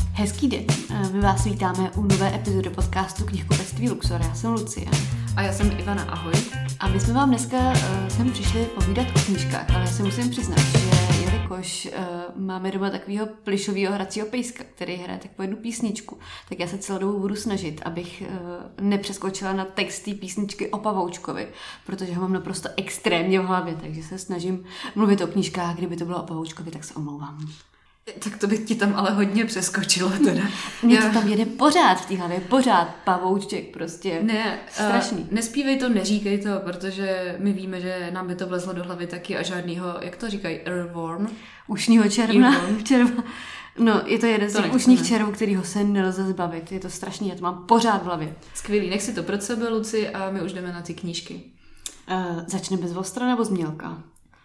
Hezký den, my vás vítáme u nové epizody podcastu Knihkupectví Luxor. Já jsem Lucie. A já jsem Ivana, ahoj. A my jsme vám dneska sem přišli povídat o knížkách, ale já si musím přiznat, že jelikož máme doma takového plyšového hracího pejska, který hraje takovou jednu písničku, tak já se celou dobu budu snažit, abych nepřeskočila na text té písničky o pavoučkovi, protože ho mám naprosto extrémně v hlavě, takže se snažím mluvit o knížkách, kdyby to bylo o pavoučkovi, tak se omlouvám. Tak to by ti tam ale hodně přeskočilo teda. Mně to tam jede pořád v té hlavě, pořád pavouček prostě. Ne, strašný. Nespívej to, neříkej to, protože my víme, že nám by to vlezlo do hlavy taky a žádnýho, jak to říkají, earworm? Ušního červa. No, je to jeden z těch ušních červů, kterýho se nelze zbavit. Je to strašný, já to mám pořád v hlavě. Skvělý, nech si to pro sebe, Luci, a my už jdeme na ty knížky. Začneme z ostra nebo z mělka?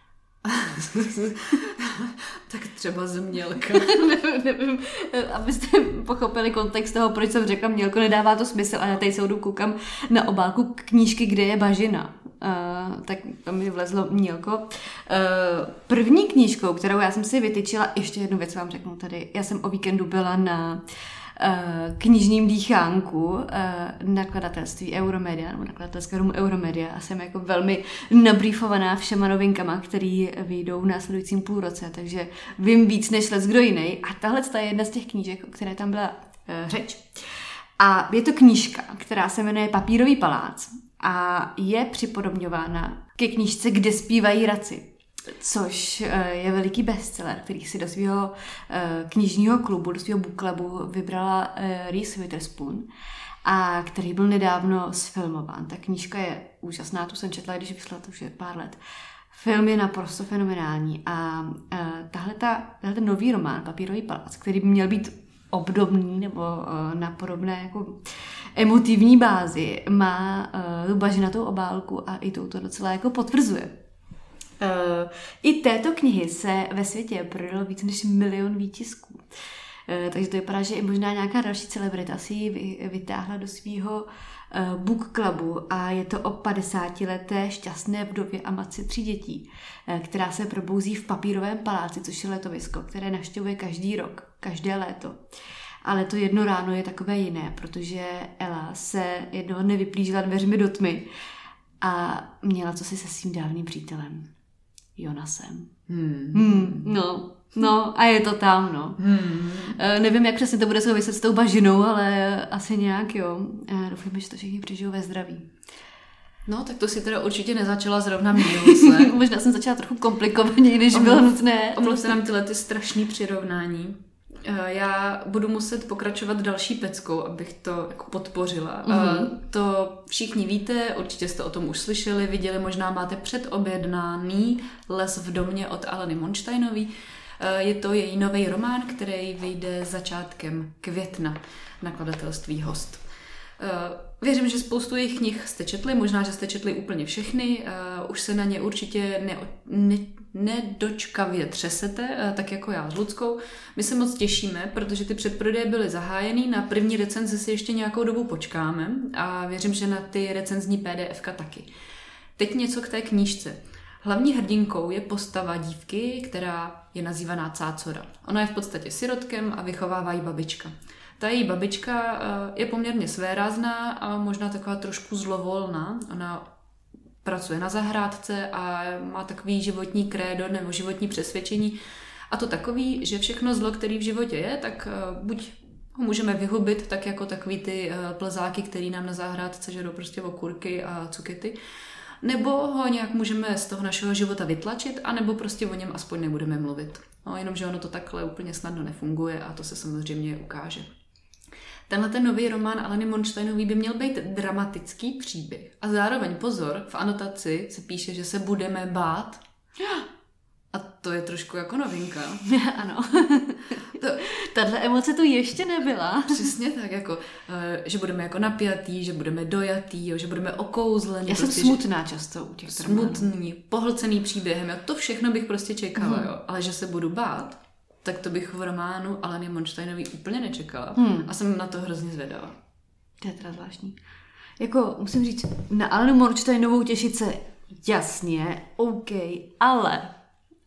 Tak třeba z mělka. Nevím, abyste pochopili kontext toho, proč jsem řekla mělko, nedává to smysl, a já tady soudu koukám na obálku knížky, kde je bažina. Tak to mi vlezlo mělko. První knížkou, kterou já jsem si vytyčila, ještě jednu věc vám řeknu tady, já jsem o víkendu byla na knižním dýchánku nakladatelství Euromedia, nebo nakladatelského domu Euromedia, a jsem jako velmi nabrýfovaná všema novinkama, který vyjdou v následujícím půlroce, takže vím víc než kdo jiný. A tahle je jedna z těch knížek, o které tam byla řeč. A je to knížka, která se jmenuje Papírový palác a je připodobňována ke knížce Kde zpívají raci, což je veliký bestseller, který si do svého knižního klubu, do svého book clubu vybrala Reese Witherspoon a který byl nedávno sfilmován. Ta knížka je úžasná, tu jsem četla, když vyšla, to už je pár let. Film je naprosto fenomenální a tahle nový román Papírový palác, který by měl být obdobný nebo na podobné jako emotivní bázi, má tu bažinatou obálku a i to docela jako potvrzuje. I této knihy se ve světě prodalo víc než 1 milion výtisků. Takže to vypadá, že i možná nějaká další celebrita si ji vytáhla do svého book clubu a je to o 50leté šťastné vdově a matce 3 dětí, která se probouzí v Papírovém paláci, což je letovisko, které navštěvuje každý rok, každé léto. Ale to jedno ráno je takové jiné, protože Ella se jednoho dne vyplížila dveřmi do tmy a měla cosi se svým dávným přítelem. Jonasem. No, a je to tam, no. Nevím, jak přesně to bude souviset s tou bažinou, ale asi nějak, jo. Doufám, že to všichni přežijou ve zdraví. No, tak to si teda určitě nezačala zrovna mě. Možná jsem začala trochu komplikovaněji, než bylo nutné. Omluv se nám tyhle ty strašný přirovnání. Já budu muset pokračovat další peckou, abych to jako podpořila. To všichni víte, určitě jste o tom už slyšeli, viděli, možná máte předobjednaný Les v domě od Aleny Monštejnový. Je to její nový román, který vyjde začátkem května v nakladatelství Host. Věřím, že spoustu jejich knih jste četli, možná, že jste četli úplně všechny, už se na ně určitě nedočkavě třesete, tak jako já s Luckou. My se moc těšíme, protože ty předprodeje byly zahájený, na první recenzi si ještě nějakou dobu počkáme a věřím, že na ty recenzní PDFka taky. Teď něco k té knížce. Hlavní hrdinkou je postava dívky, která je nazývaná Cácora. Ona je v podstatě sirotkem a vychovává ji babička. Ta její babička je poměrně svérázná a možná taková trošku zlovolná. Ona pracuje na zahrádce a má takový životní krédo nebo životní přesvědčení. A to takový, že všechno zlo, který v životě je, tak buď ho můžeme vyhubit, tak jako takový ty plzáky, který nám na zahrádce žerou prostě okurky a cukety, nebo ho nějak můžeme z toho našeho života vytlačit, anebo prostě o něm aspoň nebudeme mluvit. No, jenomže ono to takhle úplně snadno nefunguje a to se samozřejmě ukáže. Tenhle ten nový román Aleny Monštejnový by měl být dramatický příběh. A zároveň pozor, v anotaci se píše, že se budeme bát. A to je trošku jako novinka. Ano. Tahle emoce tu ještě nebyla. Přesně tak, jako, že budeme jako napjatý, že budeme dojatý, jo, že budeme okouzlení. Já jsem prostě, smutná často u těch smutný, pohlcený příběhem. Jo, to všechno bych prostě čekala, jo. Ale že se budu bát, tak to bych v románu Aleny Monštejnový úplně nečekala. A jsem na to hrozně zvědavá. To je teda zvláštní. Jako, musím říct, na Alenu Monštejnovou těšit se jasně, OK, ale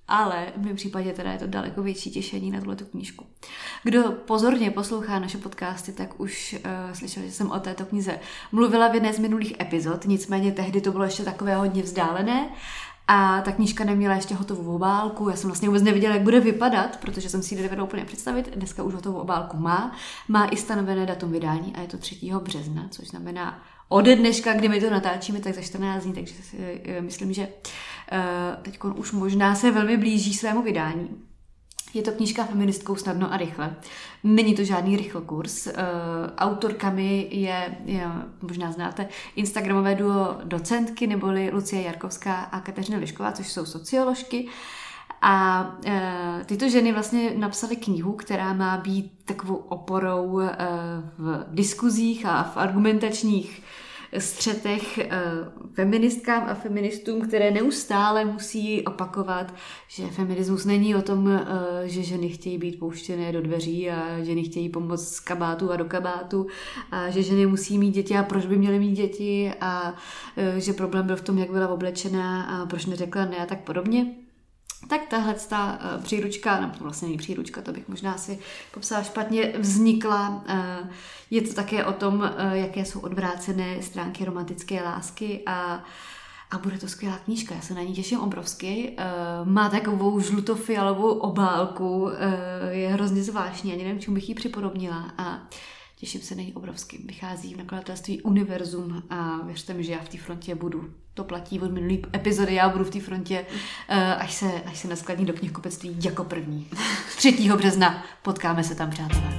ale v mém případě teda je to daleko větší těšení na tuhletu knížku. Kdo pozorně poslouchá naše podcasty, tak už slyšel, že jsem o této knize mluvila v jedné z minulých epizod, nicméně tehdy to bylo ještě takové hodně vzdálené a ta knížka neměla ještě hotovou obálku, já jsem vlastně vůbec nevěděla, jak bude vypadat, protože jsem si ji nevěděla úplně představit, dneska už hotovou obálku má i stanovené datum vydání a je to 3. března, což znamená ode dneška, kdy my to natáčíme, tak za 14 dní, takže si myslím, že teď už možná se velmi blíží svému vydání. Je to knížka feministkou snadno a rychle. Není to žádný rychlokurs. Autorkami je, možná znáte, instagramové duo docentky, neboli Lucie Jarkovská a Kateřina Lišková, což jsou socioložky. A tyto ženy vlastně napsaly knihu, která má být takovou oporou v diskuzích a v argumentačních střetech feministkám a feministům, které neustále musí opakovat, že feminismus není o tom, že ženy chtějí být pouštěné do dveří a ženy chtějí pomoct z kabátu a do kabátu a že ženy musí mít děti a proč by měly mít děti a že problém byl v tom, jak byla oblečená a proč neřekla ne a tak podobně. Tak tahle příručka, nebo vlastně není příručka, to bych možná si popsala špatně, vznikla. Je to také o tom, jaké jsou odvrácené stránky romantické lásky a bude to skvělá knížka, já se na ní těším obrovsky. Má takovou žlutofialovou obálku, je hrozně zvláštní, ani nevím, čemu bych ji připodobnila a těším se na ní obrovsky. Vychází v nakladatelství Univerzum a věřte mi, že já v té frontě budu. To platí od minulý epizody, já budu v té frontě, až se naskladní do knihkupectví jako první. 3. března potkáme se tam, přátelé.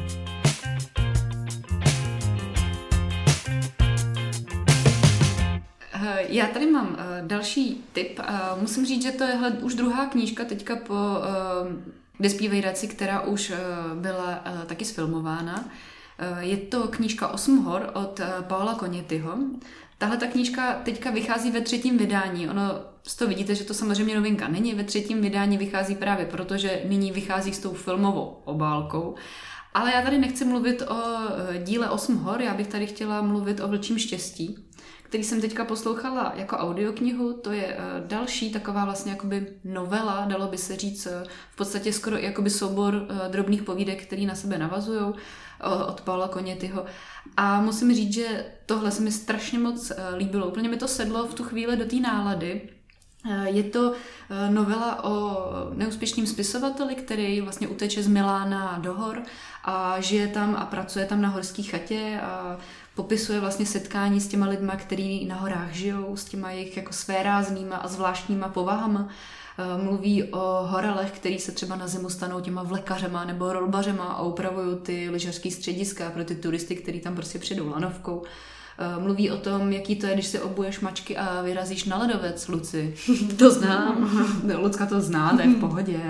Já tady mám další tip. Musím říct, že to je už druhá knížka teďka po Kde zpívají raci, která už byla taky sfilmována. Je to knížka 8 hor od Paola Konětyho. Tahle ta knížka teďka vychází ve 3. vydání. Ono, z toho vidíte, že to samozřejmě novinka není. Ve 3. vydání vychází právě proto, že nyní vychází s tou filmovou obálkou. Ale já tady nechci mluvit o díle 8 hor, já bych tady chtěla mluvit o Vlčím štěstí, který jsem teďka poslouchala jako audioknihu. To je další taková vlastně jakoby novela, dalo by se říct, v podstatě skoro jakoby soubor drobných povídek, který na sebe navazujou od Paola Konětyho. A musím říct, že tohle se mi strašně moc líbilo. Úplně mi to sedlo v tu chvíli do té nálady. Je to novela o neúspěšném spisovateli, který vlastně uteče z Milána do hor a žije tam a pracuje tam na horské chatě a popisuje vlastně setkání s těma lidma, který na horách žijou, s těma jejich jako svéráznýma a zvláštníma povahama. Mluví o horelech, který se třeba na zimu stanou těma vlekařema nebo rolbařema a upravují ty lyžařský střediska pro ty turisty, který tam prostě přijdou lanovkou. Mluví o tom, jaký to je, když si obuješ mačky a vyrazíš na ledovec, Luci. To znám. Lucka to zná, to je v pohodě.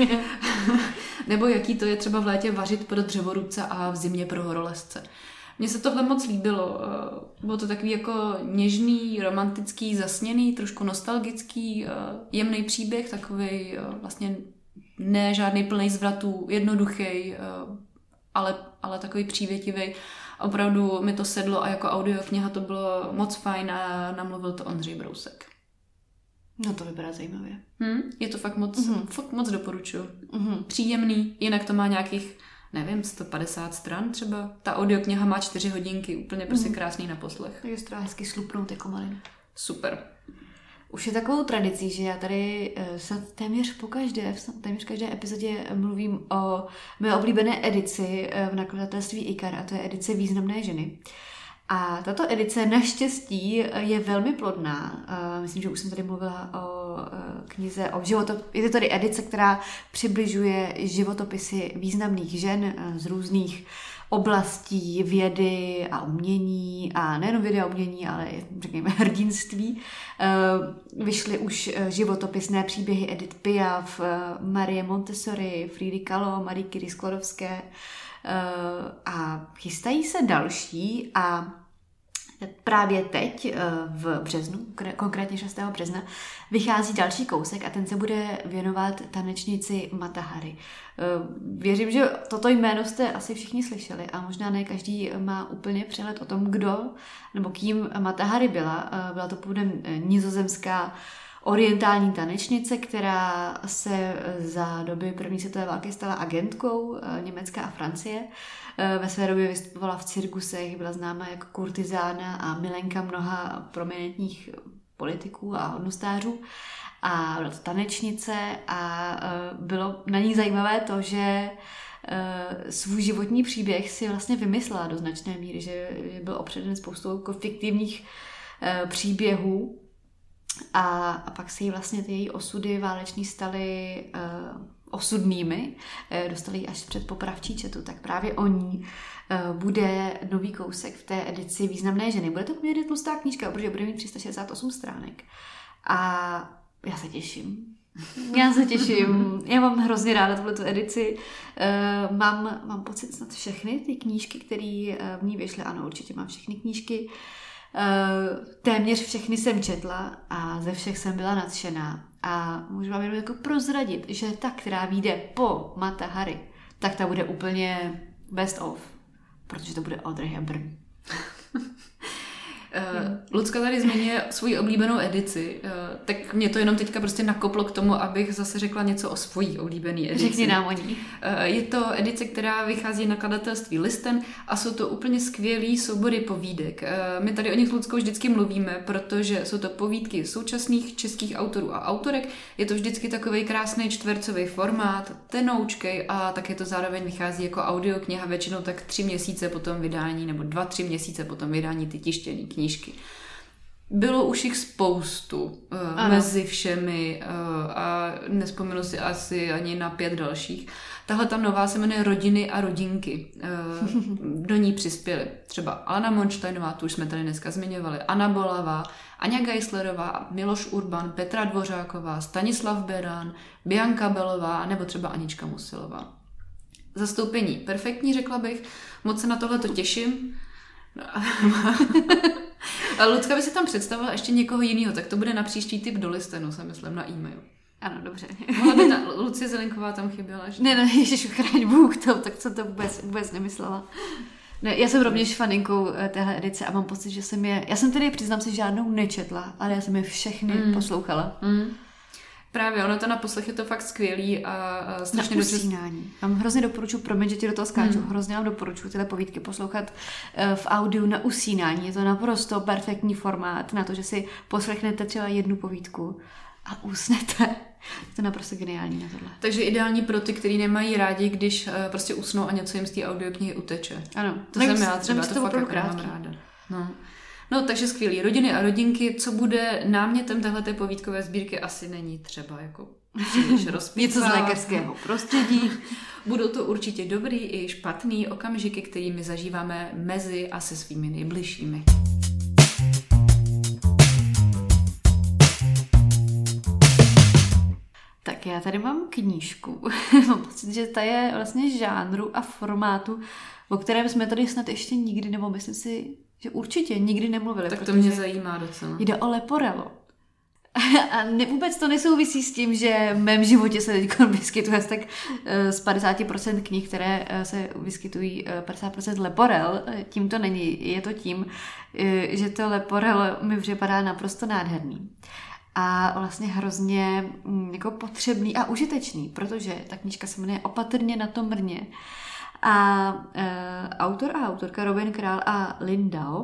Nebo jaký to je třeba v létě vařit pro dřevorubce a v zimě pro horolezce. Mně se tohle moc líbilo. Bylo to takový jako něžný, romantický, zasněný, trošku nostalgický, jemný příběh, takový vlastně ne žádný plný zvratů, jednoduchý, ale takový přívětivý. Opravdu mi to sedlo a jako audiokniha to bylo moc fajn a namluvil to Ondřej Brousek. No to vypadá zajímavě. Je to fakt moc doporučuju. Příjemný, jinak to má nějakých, nevím, 150 stran třeba. Ta audiokniha má 4 hodinky, úplně prostě krásný na poslech. Takže se to dá hezky slupnout jako malin. Super. Už je takovou tradicí, že já tady se téměř každé epizodě mluvím o mé oblíbené edici v nakladatelství IKAR, a to je edice Významné ženy. A tato edice naštěstí je velmi plodná. Myslím, že už jsem tady mluvila o knize o je to tady edice, která přibližuje životopisy významných žen z různých oblastí vědy a umění, a nejenom vědy a umění, ale řekněme hrdinství. Vyšly už životopisné příběhy Edith Piaf, Marie Montessori, Fridy Kahlo, Marie Curie Sklodowské a chystají se další a právě teď v březnu, konkrétně 6. března, vychází další kousek a ten se bude věnovat tanečnici Mata Hari. Věřím, že toto jméno jste asi všichni slyšeli a možná ne každý má úplně přehled o tom, kdo nebo kým Mata Hari byla. Byla to původem nizozemská orientální tanečnice, která se za doby první světové války stala agentkou Německa a Francie. Ve své době vystupovala v cirkusech, byla známa jako kurtizána a milenka mnoha prominentních politiků a hodnostářů. A byla to tanečnice a bylo na ní zajímavé to, že svůj životní příběh si vlastně vymyslela do značné míry, že byl opředen spoustou jako fiktivních příběhů a pak se jí vlastně ty její osudy váleční staly osudnými, dostali ji až před popravčí četu, tak právě o ní bude nový kousek v té edici Významné ženy. Bude to poměrně tlustá knížka, protože bude mít 368 stránek. A já se těším. Já mám hrozně ráda tuhletu edici. Mám pocit snad všechny ty knížky, které v ní vyšly. Ano, určitě mám všechny knížky. Téměř všechny jsem četla a ze všech jsem byla nadšená. A můžu vám jenom jako prozradit, že ta, která vyjde po Mata Hari, tak ta bude úplně best of. Protože to bude Audrey Hepburn. Lucka tady zmiňuje svoji oblíbenou edici, tak mě to jenom teďka prostě nakoplo k tomu, abych zase řekla něco o svojí oblíbené edici. Řekni nám o ní. Je to edice, která vychází nakladatelství Listen a jsou to úplně skvělý soubory povídek. My tady o nich s Luckou vždycky mluvíme, protože jsou to povídky současných českých autorů a autorek. Je to vždycky takový krásný čtvercový formát, tenoučkej a také to zároveň vychází jako audiokniha většinou tak 3 měsíce po tom vydání nebo 2-3 měsíce po tom vydání ty tištěný knížky. Bylo už jich spoustu mezi všemi a nespomenu si asi ani na 5 dalších. Tahle ta nová se jmenuje Rodiny a rodinky. Do ní přispěly třeba Alena Monštejnová, tu už jsme tady dneska zmiňovali, Anna Bolavá, Aňa Geislerová, Miloš Urban, Petra Dvořáková, Stanislav Beran, Bianka Belová nebo třeba Anička Musilová. Zastoupení perfektní, řekla bych. Moc se na tohle to těším. No. A Lucka by si tam představila ještě někoho jiného, tak to bude na příští tip do Listenu, se myslím, na e-mail. Ano, dobře. Mohla by ta Lucie Zelenková tam chyběla? Že? Ne, ježiš, chraň Bůh, tak jsem to vůbec nemyslela. Ne, já jsem rovněž faninkou téhle edice a mám pocit, že já jsem tedy, přiznám se, žádnou nečetla, ale já jsem je všechny poslouchala. Právě, ono to na poslech je to fakt skvělý a strašně dobře. Na usínání. Vám hrozně doporučuji, promiň, že ti do toho skáču, hrozně vám doporučuji tyhle povídky poslouchat v audiu na usínání. Je to naprosto perfektní formát na to, že si poslechnete třeba jednu povídku a usnete. Je to naprosto geniální na tohle. Takže ideální pro ty, kteří nemají rádi, když prostě usnou a něco jim z té audioknihy uteče. Ano. To jsem já třeba, to fakt jako mám ráda. No, takže skvělý. Rodiny a rodinky, co bude námětem téhleté povídkové sbírky, asi není třeba jako příliš rozpitvat. Něco z lékařského prostředí. Budou to určitě dobrý i špatný okamžiky, kterými zažíváme mezi a se svými nejbližšími. Tak já tady mám knížku. Mám pocit, že ta je vlastně žánru a formátu, o kterém jsme tady snad ještě nikdy, nebo myslím si, že určitě nikdy nemluvili. Tak to mě zajímá docela. Jde o Leporello. A vůbec to nesouvisí s tím, že v mém životě se teď vyskytuje tak z 50% knih, které se vyskytují 50% Leporel. Tím to není. Je to tím, že to Leporello mi připadá naprosto nádherný. A vlastně hrozně jako potřebný a užitečný, protože ta knížka se jmenuje Opatrně na to mrně. A autor a autorka Robin Král a Lindau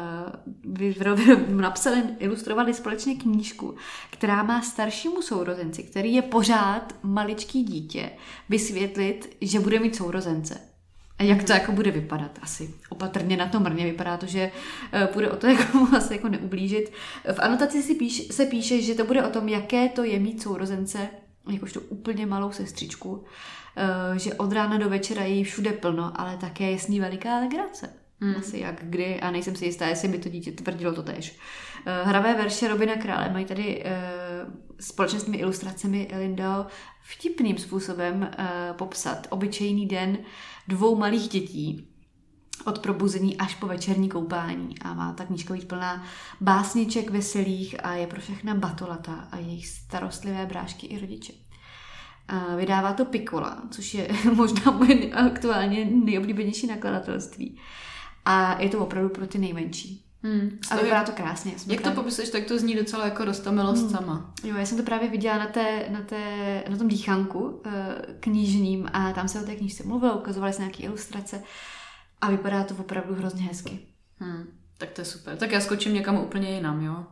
napsali, ilustrovali společně knížku, která má staršímu sourozenci, který je pořád maličký dítě, vysvětlit, že bude mít sourozence. A jak to jako bude vypadat asi? Opatrně na to mrně vypadá to, že půjde o to, jak mu asi jako neublížit. V anotaci se píše, že to bude o tom, jaké to je mít sourozence, jakožto úplně malou sestřičku, že od rána do večera je jí všude plno, ale také je s ní veliká legrace. Asi jak kdy, a nejsem si jistá, jestli by to dítě tvrdilo to též. Hravé verše Robina Krále mají tady společně s těmi ilustracemi Lindau vtipným způsobem popsat obyčejný den 2 malých dětí od probuzení až po večerní koupání. A má ta knížka být plná básniček veselých a je pro všechna batolata a jejich starostlivé brášky i rodiče. Vydává to Piccola, což je možná moje aktuálně nejoblíbenější nakladatelství. A je to opravdu pro ty nejmenší. A vypadá to krásně. Jak to popisuješ, tak to zní docela jako roztomilost sama. Jo, já jsem to právě viděla na tom dýchánku knižním a tam se o té knížce mluvilo, ukazovaly se nějaké ilustrace a vypadá to opravdu hrozně hezky. Tak to je super. Tak já skočím někam úplně jinam, jo.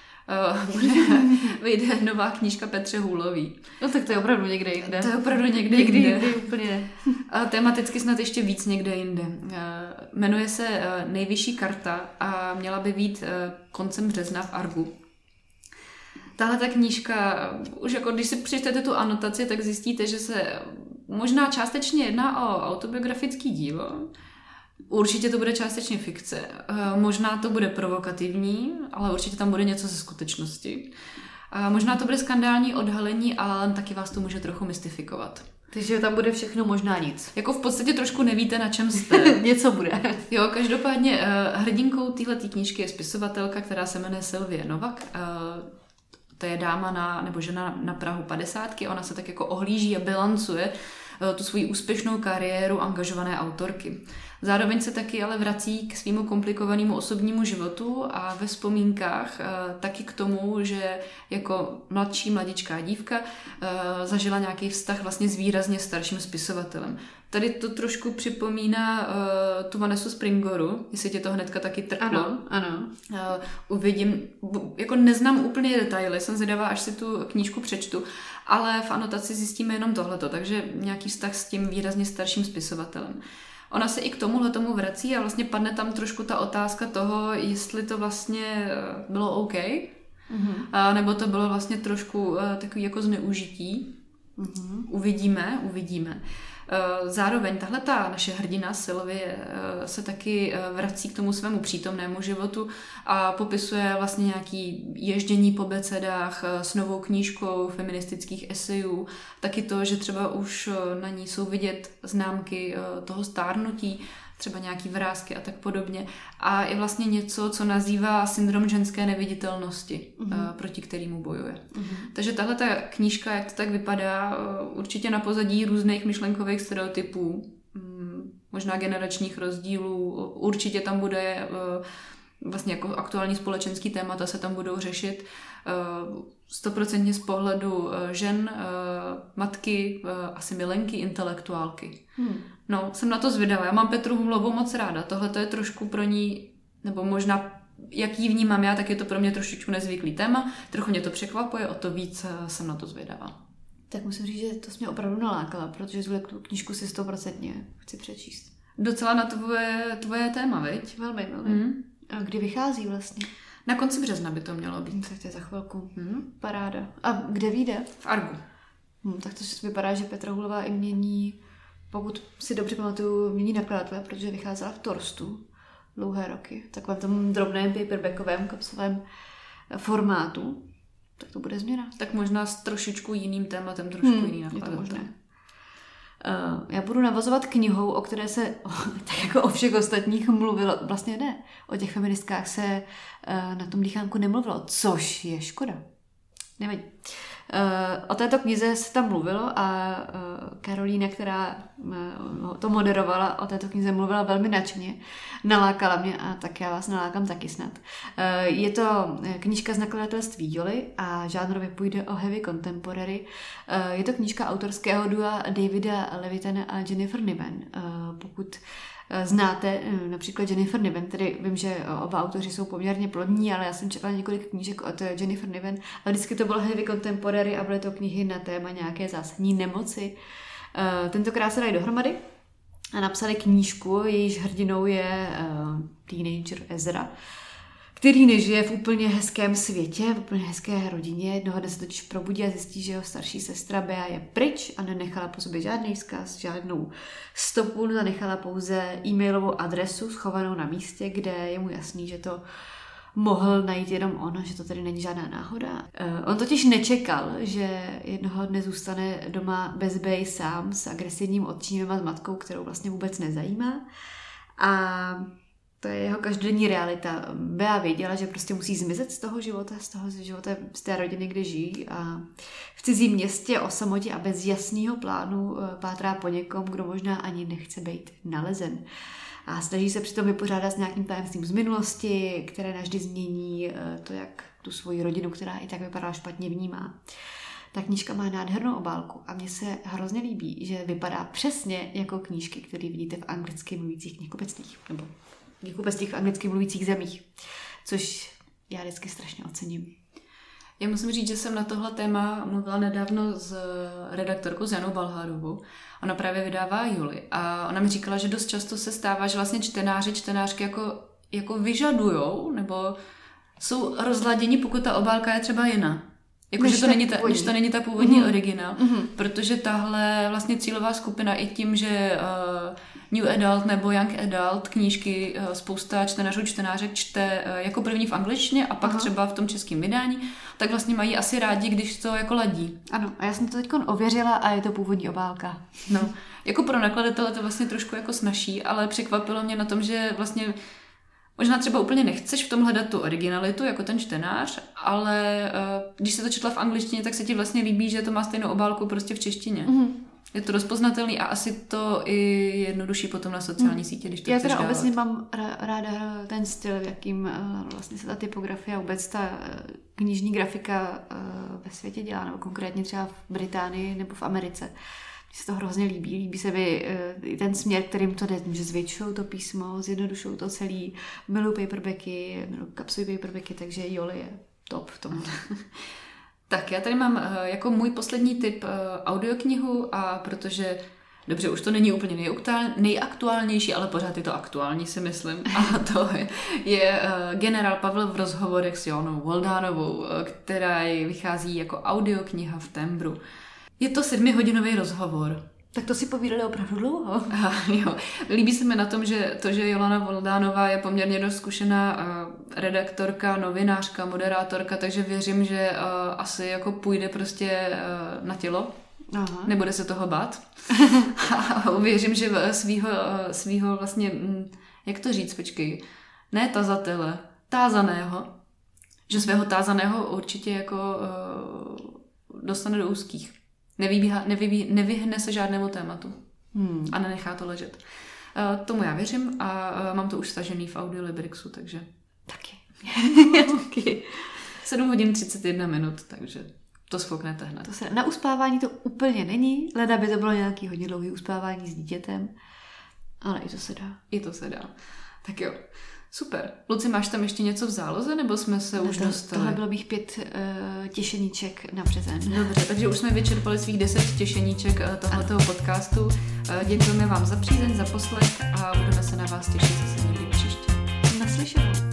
Vyjde nová knížka Petře Hůlový. No tak to je opravdu někde jinde. To je opravdu někde jinde. Úplně. A tematicky snad ještě víc někde jinde. Jmenuje se Nejvyšší karta a měla by být koncem března v Argu. Tahle ta knížka, už jako když si přečtete tu anotaci, tak zjistíte, že se možná částečně jedná o autobiografický dílo. Určitě to bude částečně fikce. Možná to bude provokativní, ale určitě tam bude něco ze skutečnosti. Možná to bude skandální odhalení, ale taky vás to může trochu mystifikovat. Takže tam bude všechno, možná nic. Jako v podstatě trošku nevíte, na čem jste. Něco bude. Jo, každopádně hrdinkou téhletý knížky je spisovatelka, která se jmenuje Sylvie Novak. To je dáma nebo žena na prahu 50. Ona se tak jako ohlíží a bilancuje tu svoji úspěšnou kariéru angažované autorky. Zároveň se taky ale vrací k svýmu komplikovanému osobnímu životu a ve vzpomínkách taky k tomu, že jako mladíčká dívka zažila nějaký vztah vlastně s výrazně starším spisovatelem. Tady to trošku připomíná tu Vanessu Springoru, jestli tě to hnedka taky trklo. Ano. Uvidím, jako neznám úplně detaily, jsem zvědavá, až si tu knížku přečtu, ale v anotaci zjistíme jenom tohleto, takže nějaký vztah s tím výrazně starším spisovatelem. Ona se i k tomu vrací a vlastně padne tam trošku ta otázka toho, jestli to vlastně bylo OK, nebo to bylo vlastně trošku takový jako zneužití. Uvidíme. Zároveň tahleta naše hrdina Sylvie se taky vrací k tomu svému přítomnému životu a popisuje vlastně nějaký ježdění po besedách s novou knížkou feministických esejů, taky to, že třeba už na ní jsou vidět známky toho stárnutí, třeba nějaký vrásky a tak podobně. A je vlastně něco, co nazývá syndrom ženské neviditelnosti, proti kterému bojuje. Takže tahle ta knížka, jak to tak vypadá, určitě na pozadí různých myšlenkových stereotypů, možná generačních rozdílů, určitě tam bude vlastně jako aktuální společenský témata se tam budou řešit 100% z pohledu žen, matky, asi milenky, intelektuálky. No, jsem na to zvědavá. Já mám Petru Hůlovou moc ráda. Tohle to je trošku pro ní, nebo možná jak ji vnímám já, tak je to pro mě trošičku nezvyklý téma. Trochu mě to překvapuje, o to víc jsem na to zvědavá. Tak musím říct, že to jsi mě opravdu nalákala, protože tu knížku si 100% chci přečíst. Docela na tvoje téma, viď? Velmi. A kdy vychází vlastně? Na konci března by to mělo být. Tak to je za chvilku. Paráda. A kde vyjde? V Argu. Tak to vypadá, že Petra Hůlová i mění, pokud si dobře pamatuju, mění nakladatele, protože vycházela v Torstu dlouhé roky. V takovém tom drobném paperbackovém kapsovém formátu. Tak to bude změna. Tak možná s trošičku jiným tématem, trošku jiný nakladatel. Já budu navazovat knihou, o které se tak jako o všech ostatních mluvilo. Vlastně ne. O těch feministkách se na tom dýchánku nemluvilo, což je škoda. Nevadí. O této knize se tam mluvilo a Karolína, která to moderovala, o této knize mluvila velmi nadšeně. Nalákala mě a tak já vás nalákám taky snad. Je to knížka z nakladatelství Joly a žánrově půjde o heavy contemporary. Je to knížka autorského dua Davida Levitana a Jennifer Niven. Pokud znáte například Jennifer Niven, tedy vím, že oba autoři jsou poměrně plodní, ale já jsem četla několik knížek od Jennifer Niven a vždycky to bylo heavy contemporary a byly to knihy na téma nějaké zásadní nemoci. Tentokrát se dají dohromady a napsali knížku, jejíž hrdinou je teenager Ezra, který nežije v úplně hezkém světě, v úplně hezké rodině. Jednoho dne se totiž probudí a zjistí, že jeho starší sestra Bea je pryč a nenechala po sobě žádný vzkaz, žádnou stopu, zanechala pouze e-mailovou adresu schovanou na místě, kde je mu jasný, že to mohl najít jenom on, že to tedy není žádná náhoda. On totiž nečekal, že jednoho dne zůstane doma bez Bey sám s agresivním otčímem a s matkou, kterou vlastně vůbec nezajímá. A to je jeho každodenní realita. Bea věděla, že prostě musí zmizet z toho života, z té rodiny, kde žijí a v cizím městě o samotě a bez jasného plánu pátrá po někom, kdo možná ani nechce být nalezen. A snaží se přitom vypořádat s nějakým tajemstvím z minulosti, které navždy změní to, jak tu svoji rodinu, která i tak vypadá špatně, vnímá. Ta knížka má nádhernou obálku a mně se hrozně líbí, že vypadá přesně jako knížky, které vidíte v anglicky mluvících knihkupectvích, nebo knihkupectvích v anglicky mluvících zemích, což já vždycky strašně ocením. Já musím říct, že jsem na tohle téma mluvila nedávno s redaktorkou Janou Balhárovou. Ona právě vydává Juli a ona mi říkala, že dost často se stává, že vlastně čtenářky jako vyžadujou nebo jsou rozladěni, pokud ta obálka je třeba jiná. Jako, že to není ta původní originál, protože tahle vlastně cílová skupina i tím, že New Adult nebo Young Adult knížky spousta čtenářek čte jako první v angličtině a pak třeba v tom českém vydání, tak vlastně mají asi rádi, když to jako ladí. Ano, a já jsem to teď ověřila a je to původní obálka. No, jako pro nakladatele to vlastně trošku jako snazší, ale překvapilo mě na tom, že vlastně možná třeba úplně nechceš v tom hledat tu originalitu jako ten čtenář, ale když se to četla v angličtině, tak se ti vlastně líbí, že to má stejnou obálku prostě v češtině. Je to rozpoznatelný a asi to i jednodušší potom na sociální sítě, když to já chceš teda dávat. obecně mám ráda ten styl, v jakým vlastně se ta typografie a vůbec ta knižní grafika ve světě dělá, nebo konkrétně třeba v Británii nebo v Americe. Mně se to hrozně líbí. Líbí se mi i ten směr, kterým to jde, že zvětšují to písmo, zjednodušují to celý, miluji paperbacky, miluji kapsují paperbacky, takže Joli je top v tom. Tak já tady mám jako můj poslední tip audioknihu a protože, dobře, už to není úplně nejaktuálnější, ale pořád je to aktuální, si myslím. A to je generál Pavel v rozhovorech s Joannou Voldánovou, která vychází jako audiokniha v Tembru. Je to 7hodinový rozhovor. Tak to si povídali opravdu dlouho. Jo. Líbí se mi na tom, že Joanna Voldánová je poměrně dost zkušená redaktorka, novinářka, moderátorka, takže věřím, že asi jako půjde prostě na tělo. Aha. Nebude se toho bát. A věřím, že svýho vlastně, jak to říct, počkej, ne tazatele, tázaného, že svého tázaného určitě jako dostane do úzkých. Nevyhne se žádnému tématu a nenechá to ležet. Tomu já věřím a mám to už stažený v Audiolibrixu, takže... Taky. 7 hodin 31 minut, takže to sfouknete hned. Na uspávání to úplně není, leda by to bylo nějaký hodně dlouhý uspávání s dítětem, ale i to se dá. Tak jo. Super. Luci, máš tam ještě něco v záloze, nebo jsme se už dostali? Tohle bylo bych 5 těšeníček na březen. Dobře, takže už jsme vyčerpali svých 10 těšeníček tohletoho podcastu. Děkujeme vám za přízeň, za poslech a budeme se na vás těšit zase někdy příště. Naslyšenou.